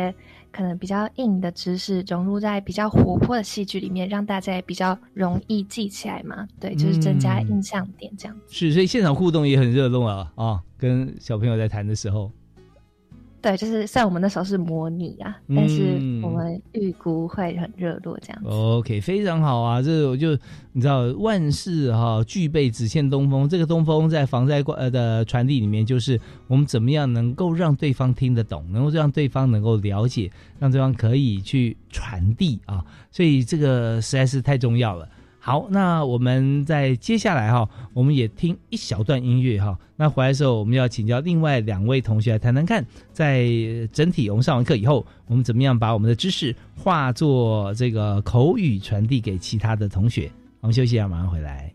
Speaker 8: 可能比较硬的知识融入在比较活泼的戏剧里面，让大家也比较容易记起来嘛。对，就是增加印象点这样子。
Speaker 4: 嗯、是，所以现场互动也很热络啊啊，跟小朋友在谈的时候。
Speaker 8: 对，就是虽然我们那时候是模拟啊，嗯、但是我们预估会很热络这样子。
Speaker 4: OK， 非常好啊！这我就你知道，万事哈、啊、俱备，只欠东风。这个东风在防灾呃的传递里面，就是我们怎么样能够让对方听得懂，能够让对方能够了解，让对方可以去传递啊。所以这个实在是太重要了。好，那我们在接下来哈，我们也听一小段音乐哈。那回来的时候，我们要请教另外两位同学来谈谈看，在整体我们上完课以后，我们怎么样把我们的知识化作这个口语传递给其他的同学。我们休息一下，马上回来。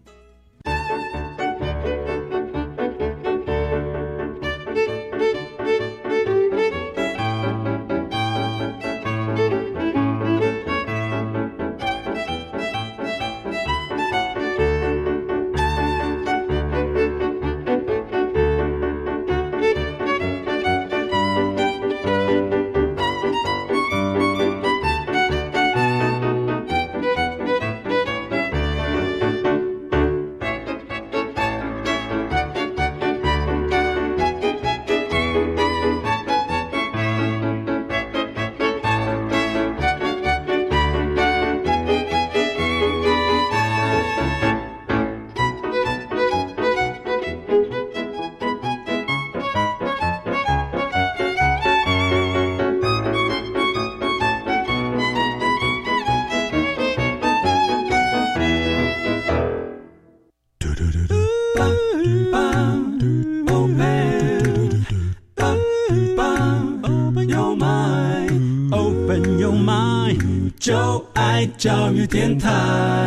Speaker 9: 教育电台，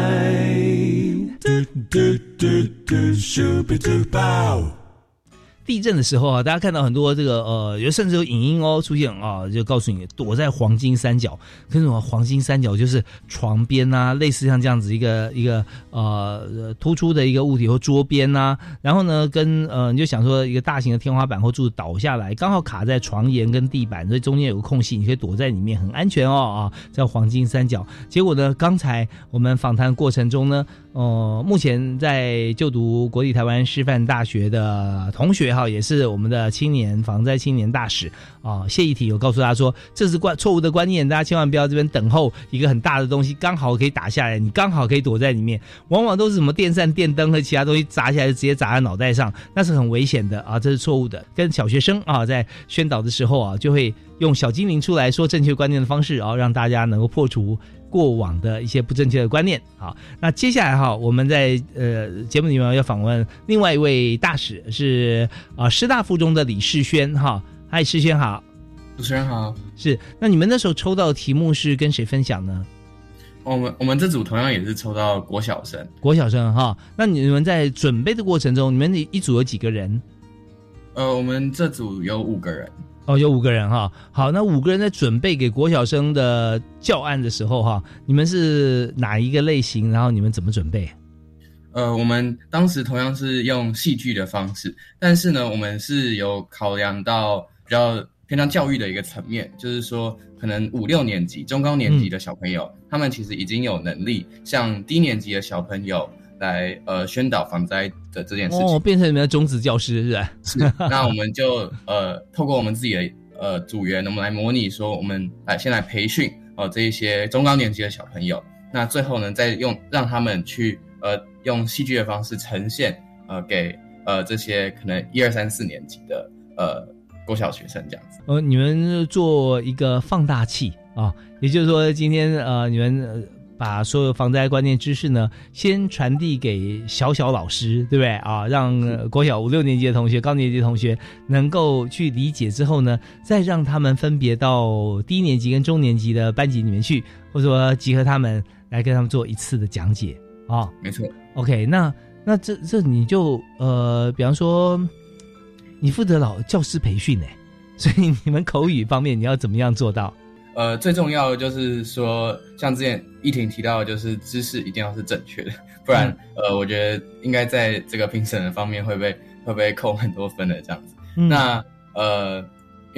Speaker 4: 地震的时候啊，大家看到很多这个呃，有甚至有影音哦出现啊，就告诉你躲在黄金三角。跟什么黄金三角就是床边啊，类似像这样子一个一个呃突出的一个物体或桌边啊，然后呢跟呃你就想说一个大型的天花板或柱子倒下来，刚好卡在床沿跟地板，所以中间有个空隙，你可以躲在里面，很安全哦啊，叫黄金三角。结果呢，刚才我们访谈过程中呢，呃，目前在就读国立台湾师范大学的同学哈，也是我们的青年防灾青年大使啊，谢义体有告诉大家说，这是观错误的观念，大家千万不要这边等候一个很大的东西刚好可以打下来，你刚好可以躲在里面，往往都是什么电扇、电灯和其他东西砸下来，直接砸在脑袋上，那是很危险的啊，这是错误的。跟小学生啊在宣导的时候啊，就会用小精灵出来说正确观念的方式啊，让大家能够破除过往的一些不正确的观念。好，那接下来哈，我们在呃节目里面要访问另外一位大使，是啊、呃、师大附中的李世轩哈。嗨，世轩好。
Speaker 6: 主持人好。
Speaker 4: 是，那你们那时候抽到的题目是跟谁分享呢？
Speaker 6: 我们我们这组同样也是抽到国小生。
Speaker 4: 国小生哈，那你们在准备的过程中，你们一组有几个人？
Speaker 6: 呃，我们这组有五个人。
Speaker 4: 哦，有五个人哈。好，那五个人在准备给国小生的教案的时候哈，你们是哪一个类型？然后你们怎么准备？
Speaker 6: 呃，我们当时同样是用戏剧的方式，但是呢，我们是有考量到比较偏向教育的一个层面，就是说，可能五六年级、中高年级的小朋友，嗯、他们其实已经有能力向低年级的小朋友来呃宣导防灾的这件事情。
Speaker 4: 哦，变成你们的种子教师是吧？
Speaker 6: 是。那我们就呃透过我们自己的呃组员，我们来模拟说，我们来先来培训哦、呃、这一些中高年级的小朋友，那最后呢，再用让他们去呃用戏剧的方式呈现呃给呃这些可能一二三四年级的呃国小学生这样子。
Speaker 4: 呃，你们做一个放大器啊，也就是说今天呃你们。呃把所有防灾观念知识呢，先传递给小小老师，对不对啊？让、呃、国小五六年级的同学、高年级的同学能够去理解之后呢，再让他们分别到低年级跟中年级的班级里面去，或者说集合他们来跟他们做一次的讲解啊。
Speaker 6: 没错。
Speaker 4: OK， 那那这这你就呃，比方说你负责老教师培训哎，所以你们口语方面你要怎么样做到？
Speaker 6: 呃，最重要的就是说，像之前依婷提到的，就是知识一定要是正确的，不然、嗯、呃，我觉得应该在这个评审的方面会被会被扣很多分的这样子。嗯、那呃，因为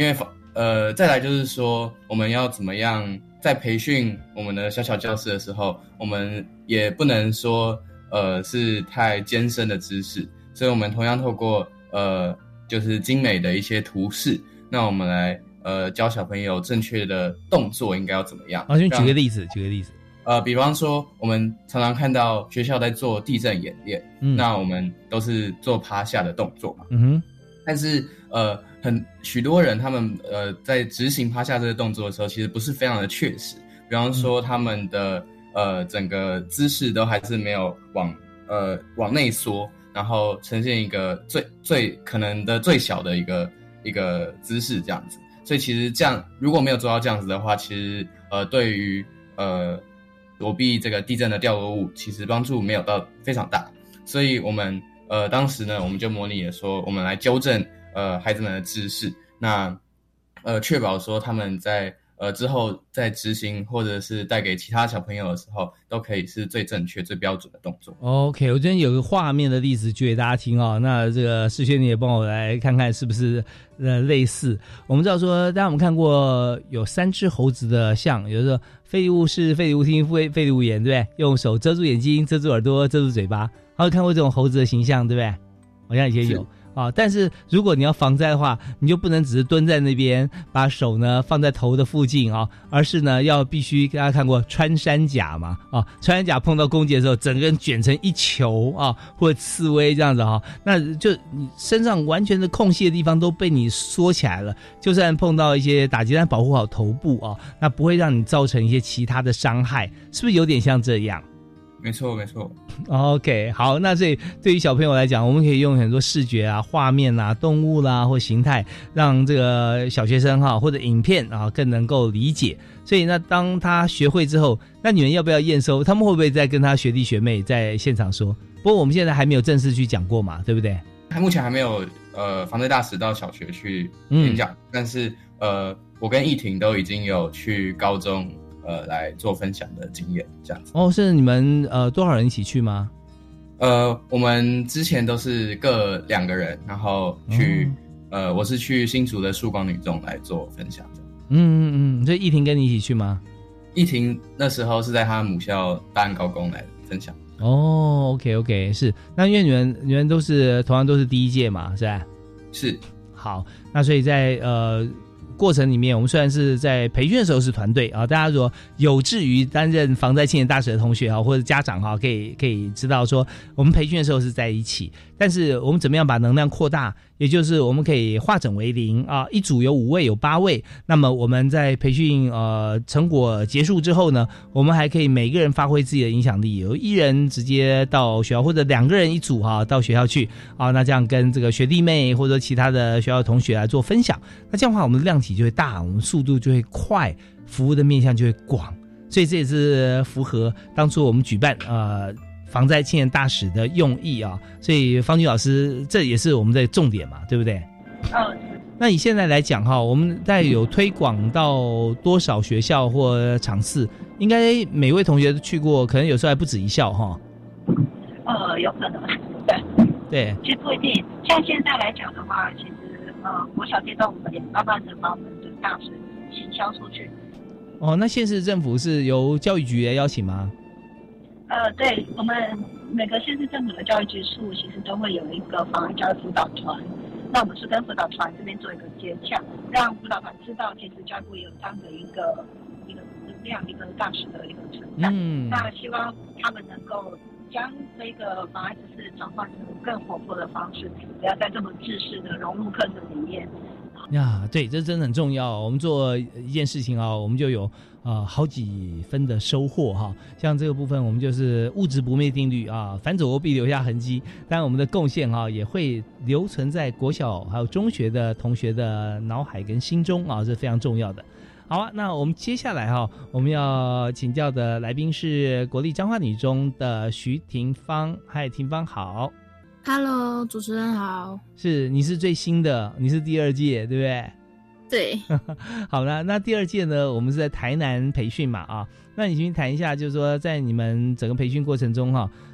Speaker 6: 呃，再来就是说，我们要怎么样在培训我们的小小教室的时候，我们也不能说呃是太艰深的知识，所以我们同样透过呃就是精美的一些图示，那我们来呃教小朋友正确的动作应该要怎么样。
Speaker 4: 好，先举个例子，举个例子。
Speaker 6: 呃，比方说，我们常常看到学校在做地震演练，嗯，那我们都是做趴下的动作嘛，
Speaker 4: 嗯哼，
Speaker 6: 但是呃，很许多人他们呃在执行趴下这个动作的时候，其实不是非常的确实。比方说，他们的呃整个姿势都还是没有往呃往内缩，然后呈现一个最最可能的最小的一个一个姿势这样子。所以其实这样如果没有做到这样子的话，其实呃对于呃躲避这个地震的掉落物，其实帮助没有到非常大。所以我们呃当时呢，我们就模拟了说，我们来纠正呃孩子们的知识，那呃确保说他们在呃之后在执行或者是带给其他小朋友的时候，都可以是最正确最标准的动作。
Speaker 4: OK， 我这边有个画面的例子举给大家听哦，那这个世轩你也帮我来看看是不是呃类似。我们知道说大家我们看过有三只猴子的像，有的时候废物视废物听废废物言，对不对？用手遮住眼睛遮住耳朵遮住嘴巴，还有看过这种猴子的形象，对不对？好像以前有啊，但是如果你要防灾的话，你就不能只是蹲在那边，把手呢放在头的附近啊，而是呢要必须大家看过穿山甲嘛啊，穿山甲碰到攻击的时候，整个人卷成一球啊，或者刺猬这样子哈，那就你身上完全的空隙的地方都被你缩起来了，就算碰到一些打击，但保护好头部啊，那不会让你造成一些其他的伤害，是不是有点像这样？
Speaker 6: 没错没错。
Speaker 4: OK， 好，那所以对于小朋友来讲，我们可以用很多视觉啊、画面啊、动物啦或形态，让这个小学生哈或者影片啊更能够理解。所以那当他学会之后，那你们要不要验收？他们会不会再跟他学弟学妹在现场说？不过我们现在还没有正式去讲过嘛，对不对？
Speaker 6: 目前还没有呃防灾大使到小学去演讲，嗯，但是呃我跟奕婷都已经有去高中呃，来做分享的经验，这样子。
Speaker 4: 哦，是你们呃多少人一起去吗？
Speaker 6: 呃，我们之前都是各两个人，然后去，嗯，呃，我是去新竹的曙光女中来做分享的。
Speaker 4: 嗯嗯嗯，所以奕婷跟你一起去吗？
Speaker 6: 奕婷那时候是在她母校大安高工来分享。
Speaker 4: 哦 ，OK OK， 是。那因为你们你们都是同样都是第一届嘛，是吧？
Speaker 6: 是。
Speaker 4: 好，那所以在呃。过程里面，我们虽然是在培训的时候是团队啊，大家如果有志于担任防灾青年大使的同学啊，或者家长哈，可以可以知道说，我们培训的时候是在一起，但是我们怎么样把能量扩大？也就是我们可以化整为零啊，一组有五位有八位，那么我们在培训呃成果结束之后呢，我们还可以每个人发挥自己的影响力，有一人直接到学校，或者两个人一组哈、啊、到学校去啊，那这样跟这个学弟妹或者其他的学校同学来做分享，那这样的话我们的量体就会大，我们速度就会快，服务的面向就会广，所以这也是符合当初我们举办呃防灾青年大使的用意啊，所以方菊老师这也是我们的重点嘛，对不对？
Speaker 5: 嗯。
Speaker 4: 那你现在来讲哈，我们大概有推广到多少学校或场次？应该每位同学都去过，可能有时候还不止一校哈。
Speaker 17: 呃，有可能，对。
Speaker 4: 对。
Speaker 17: 其实不一定，像现在来讲的话，其实呃，国小阶段我们也慢慢的把我们的大使行销出去。
Speaker 4: 哦，那县市政府是由教育局来邀请吗？
Speaker 17: 呃，对，我们每个县市政府的教育局处其实都会有一个防癌教育辅导团，那我们是跟辅导团这边做一个接洽，让辅导团知道，其实教育部有这样的一个一个这样一个大使的一个存在。嗯，那希望他们能够将这个防癌知识转换成更活泼的方式，不要再这么制式的融入课程里面。
Speaker 4: 呀，对，这真的很重要。我们做一件事情啊，我们就有呃好几分的收获哈。像这个部分，我们就是物质不灭定律啊，反走必留下痕迹。当然，我们的贡献啊，也会留存在国小还有中学的同学的脑海跟心中啊，这是非常重要的。好啊，那我们接下来哈，我们要请教的来宾是国立彰化女中的徐廷芳。嗨，廷芳好。
Speaker 7: Hello， 主持人好。
Speaker 4: 是，你是最新的，你是第二届，对不对？
Speaker 7: 对。
Speaker 4: 好了，那第二届呢，我们是在台南培训嘛啊，那你先谈一下，就是说在你们整个培训过程中哈，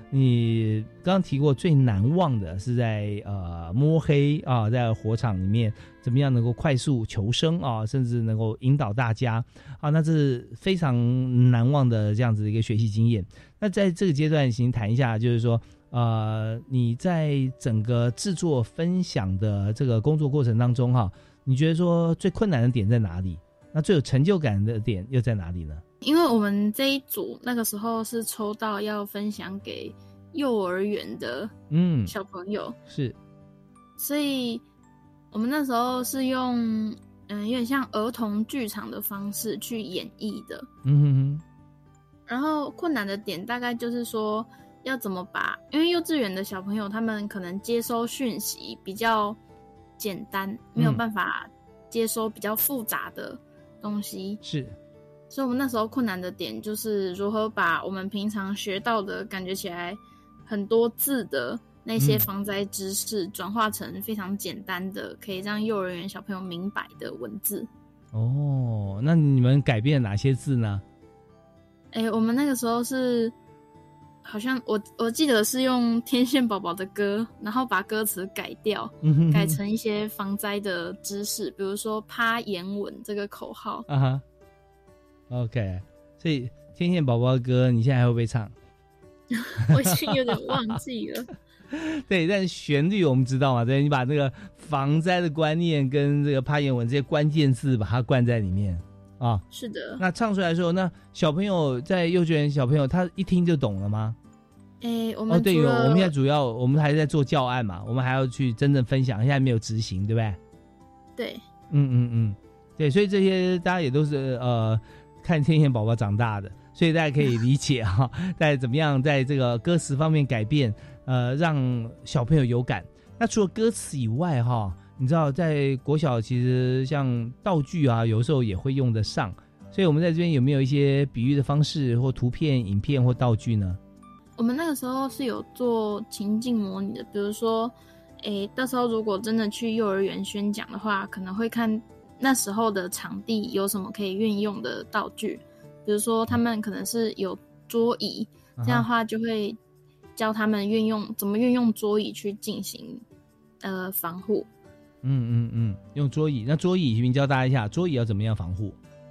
Speaker 4: 你刚刚提过最难忘的是在呃摸黑啊，在火场里面怎么样能够快速求生啊，甚至能够引导大家啊，那这是非常难忘的这样子的一个学习经验。那在这个阶段，请谈一下，就是说呃你在整个制作分享的这个工作过程当中哈、啊，你觉得说最困难的点在哪里？那最有成就感的点又在哪里呢？
Speaker 7: 因为我们这一组那个时候是抽到要分享给幼儿园的嗯小朋友、嗯、
Speaker 4: 是，
Speaker 7: 所以我们那时候是用嗯有点像儿童剧场的方式去演绎的。嗯哼哼。然后困难的点大概就是说要怎么把，因为幼稚园的小朋友他们可能接收讯息比较简单，没有办法接收比较复杂的东西。
Speaker 4: 是。
Speaker 7: 所以我们那时候困难的点就是如何把我们平常学到的感觉起来很多字的那些防灾知识转化成非常简单的可以让幼儿园小朋友明白的文字。
Speaker 4: 哦，那你们改变哪些字呢？
Speaker 7: 诶，我们那个时候是好像我我记得是用天线宝宝的歌，然后把歌词改掉、嗯、改成一些防灾的知识，比如说趴眼稳这个口号啊哈。
Speaker 4: OK， 所以天线宝宝的歌你现在还会不会唱？
Speaker 7: 我已经有点忘记了。
Speaker 4: 对，但是旋律我们知道嘛，对，你把那个防灾的观念跟这个趴眼稳这些关键字把它灌在里面啊。
Speaker 7: 是的。那
Speaker 4: 唱出来的时候，那小朋友在幼稚园小朋友他一听就懂了吗？
Speaker 7: 诶，我们
Speaker 4: 哦对有，我们现在主要我们还在做教案嘛，我们还要去真正分享，现在没有执行，对不对？
Speaker 7: 对。
Speaker 4: 嗯嗯嗯，对，所以这些大家也都是呃。看天线宝宝长大的，所以大家可以理解哈，在怎么样在这个歌词方面改变，呃，让小朋友有感。那除了歌词以外哈，你知道在国小其实像道具啊，有时候也会用得上，所以我们在这边有没有一些比喻的方式或图片、影片或道具呢？
Speaker 7: 我们那个时候是有做情境模拟的，比如说，诶，到时候如果真的去幼儿园宣讲的话，可能会看那时候的场地有什么可以运用的道具，比如说他们可能是有桌椅，这样的话就会教他们运用怎么运用桌椅去进行呃防护。
Speaker 4: 嗯嗯嗯，用桌椅。那桌椅请教大家一下，桌椅要怎么样防护？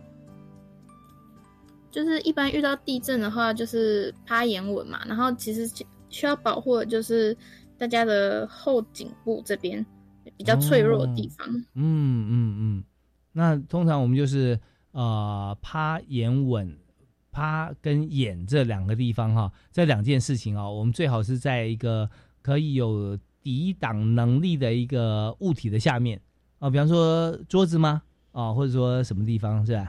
Speaker 7: 就是一般遇到地震的话，就是趴眼稳嘛，然后其实需要保护的就是大家的后颈部这边比较脆弱的地方。哦、
Speaker 4: 嗯嗯嗯。那通常我们就是呃趴眼稳，趴跟眼这两个地方哈，这两件事情啊，我们最好是在一个可以有抵挡能力的一个物体的下面啊，比方说桌子吗？啊，或者说什么地方是吧？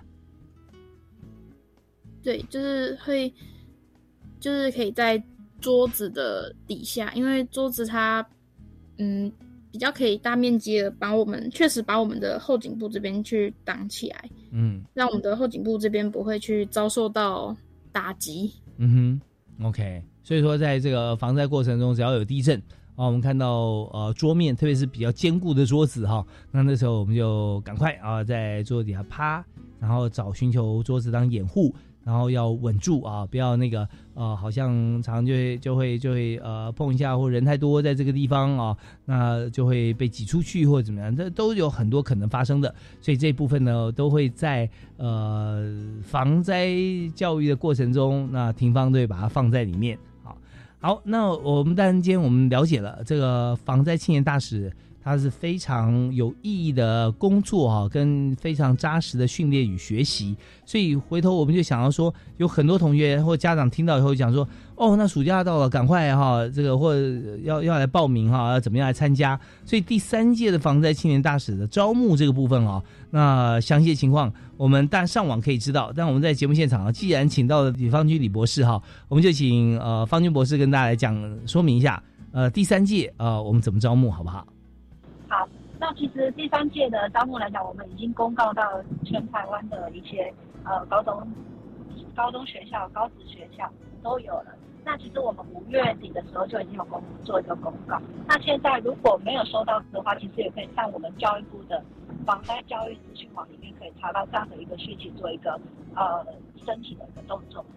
Speaker 7: 对，就是会，就是可以在桌子的底下，因为桌子它嗯。比较可以大面积的把我们确实把我们的后颈部这边去挡起来，嗯，让我们的后颈部这边不会去遭受到打击。
Speaker 4: 嗯哼 ，OK， 所以说在这个防灾过程中，只要有地震啊，我们看到呃桌面，特别是比较坚固的桌子哈，那那时候我们就赶快啊在桌子底下趴，然后找寻求桌子当掩护。然后要稳住啊，不要那个呃，好像常常就会就会就会呃碰一下，或人太多在这个地方啊，那就会被挤出去或者怎么样，这都有很多可能发生的。所以这一部分呢，都会在呃防灾教育的过程中，那廷芳都会把它放在里面。好，好，那我们当然今天我们了解了这个防灾青年大使。它是非常有意义的工作啊，跟非常扎实的训练与学习，所以回头我们就想要说，有很多同学或家长听到以后讲说，哦，那暑假到了，赶快哈，这个或者要要来报名哈，要怎么样来参加？所以第三届的防灾青年大使的招募这个部分啊，那详细的情况我们当然上网可以知道，但我们在节目现场啊，既然请到了李方军李博士哈，我们就请呃方军博士跟大家来讲说明一下，呃第三届呃我们怎么招募好不好？
Speaker 17: 好，那其实第三届的招募来讲，我们已经公告到全台湾的一些呃高中、高中学校、高职学校都有了。那其实我们五月底的时候就已经有公做一个公告。那现在如果没有收到的话，其实也可以上我们教育部的防灾教育资讯网里面可以查到这样的一个讯息，做一个呃申请的一个动作。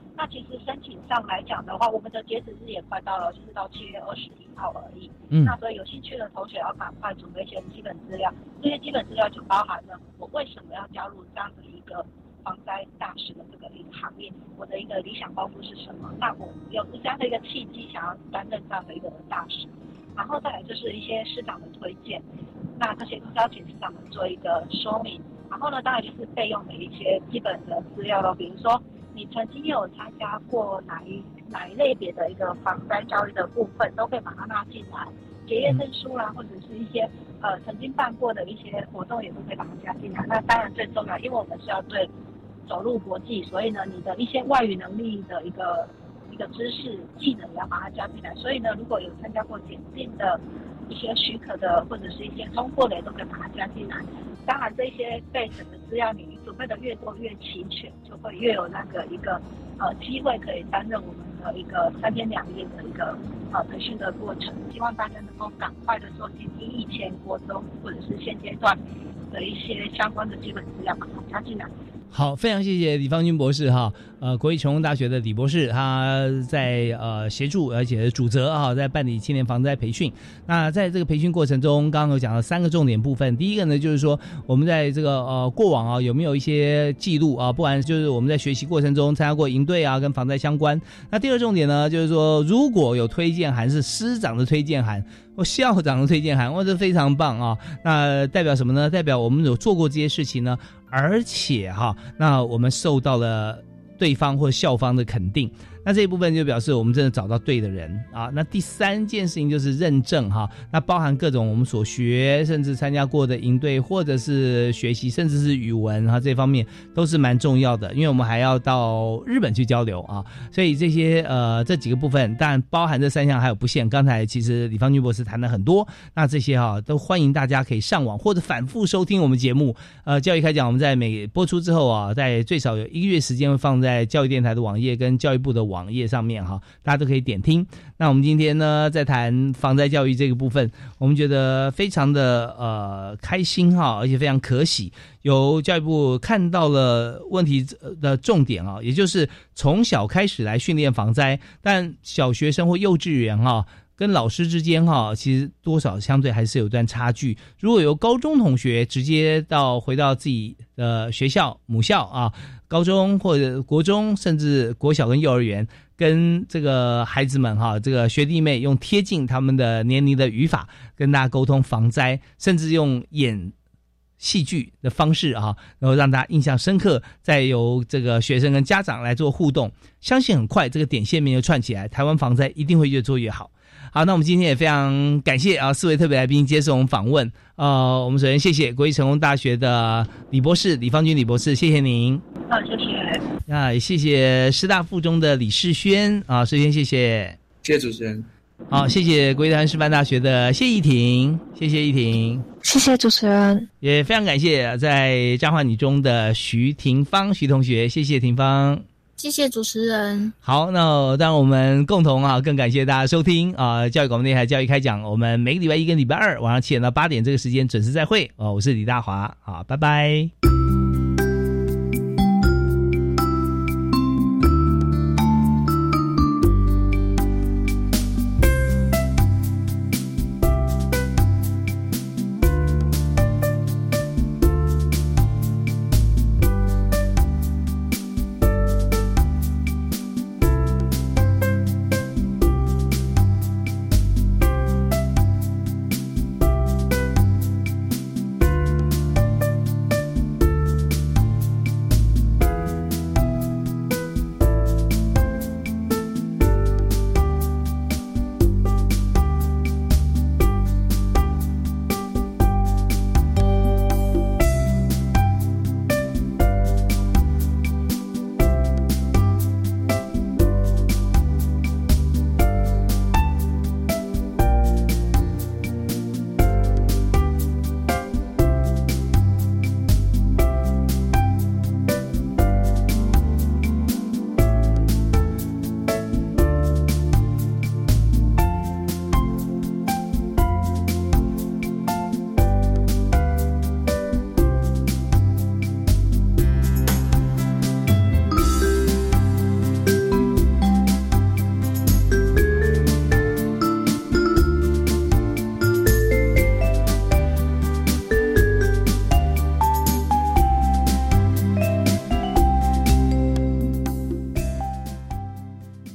Speaker 17: 那其实申请上来讲的话，我们的截止日也快到了，就是到七月二十一号而已。嗯，那所以有兴趣的同学要赶快准备一些基本资料，这些基本资料就包含了我为什么要加入这样的一个防灾大使的这个一个行业，我的一个理想抱负是什么？那我有这样的一个契机，想要担任这样的一个大使。然后再来就是一些市长的推荐，那这些都是要请市长们做一个说明。然后呢，当然就是备用的一些基本的资料了，比如说你曾经有参加过哪一哪一类别的一个防灾教育的部分，都可以把它纳进来。结业证书啦，或者是一些呃曾经办过的一些活动，也都可以把它加进来。那当然最重要，因为我们是要对走入国际，所以呢，你的一些外语能力的一个一个知识技能也要把它加进来。所以呢，如果有参加过检定的一些许可的，或者是一些通过的，也都可以把它加进来。当然，这些备审的资料你准备的越多越齐全，就会越有那个一个呃机会可以担任我们的一个三天两夜的一个呃培训的过程。希望大家能够赶快的做进你以前国中或者是现阶段的一些相关的基本资料，把它加进来。
Speaker 4: 好，非常谢谢李芳君博士哈，呃，国立成功大学的李博士，他在呃协助而且主责哈，在办理青年防灾培训。那在这个培训过程中，刚刚有讲了三个重点部分。第一个呢，就是说我们在这个呃过往啊有没有一些记录啊，不管就是我们在学习过程中参加过营队啊，跟防灾相关。那第二重点呢，就是说如果有推荐函是师长的推荐函或校长的推荐函，哇，这非常棒啊！那代表什么呢？代表我们有做过这些事情呢，而且哈，那我们受到了对方或校方的肯定。那这一部分就表示我们真的找到对的人啊。那第三件事情就是认证哈，那包含各种我们所学甚至参加过的营队或者是学习甚至是语文哈，这方面都是蛮重要的，因为我们还要到日本去交流啊，所以这些呃这几个部分当然包含这三项还有不限。刚才其实李芳君博士谈了很多，那这些哈都欢迎大家可以上网或者反复收听我们节目。呃，教育开讲我们在每播出之后啊，在最少有一个月时间会放在教育电台的网页跟教育部的网页上面哈，大家都可以点听。那我们今天呢在谈防灾教育这个部分，我们觉得非常的呃开心哈，而且非常可喜，由教育部看到了问题的重点啊，也就是从小开始来训练防灾，但小学生或幼稚园哈跟老师之间哈，其实多少相对还是有段差距。如果由高中同学直接到回到自己的学校母校啊，高中或者国中，甚至国小跟幼儿园，跟这个孩子们哈，这个学弟妹用贴近他们的年龄的语法跟大家沟通防灾，甚至用演戏剧的方式啊，然后让大家印象深刻，再由这个学生跟家长来做互动，相信很快这个点线面就串起来，台湾防灾一定会越做越好。好，那我们今天也非常感谢啊四位特别来宾接受我们访问。呃，我们首先谢谢国立成功大学的李博士李芳君李博士，谢谢您。
Speaker 17: 好，谢谢。
Speaker 4: 啊，也谢谢师大附中的李世轩啊，世轩谢谢。
Speaker 6: 谢谢主持人。
Speaker 4: 好，谢谢国立台湾师范大学的谢依婷，谢谢依婷。
Speaker 8: 谢谢主持人。
Speaker 4: 也非常感谢在彰化女中的徐廷芳徐同学，谢谢廷芳。
Speaker 7: 谢谢主持人。
Speaker 4: 好，那当然我们共同啊，更感谢大家收听啊、呃，教育广播电台教育开讲，我们每个礼拜一跟礼拜二晚上七点到八点这个时间准时再会哦，我是李大华，好，拜拜。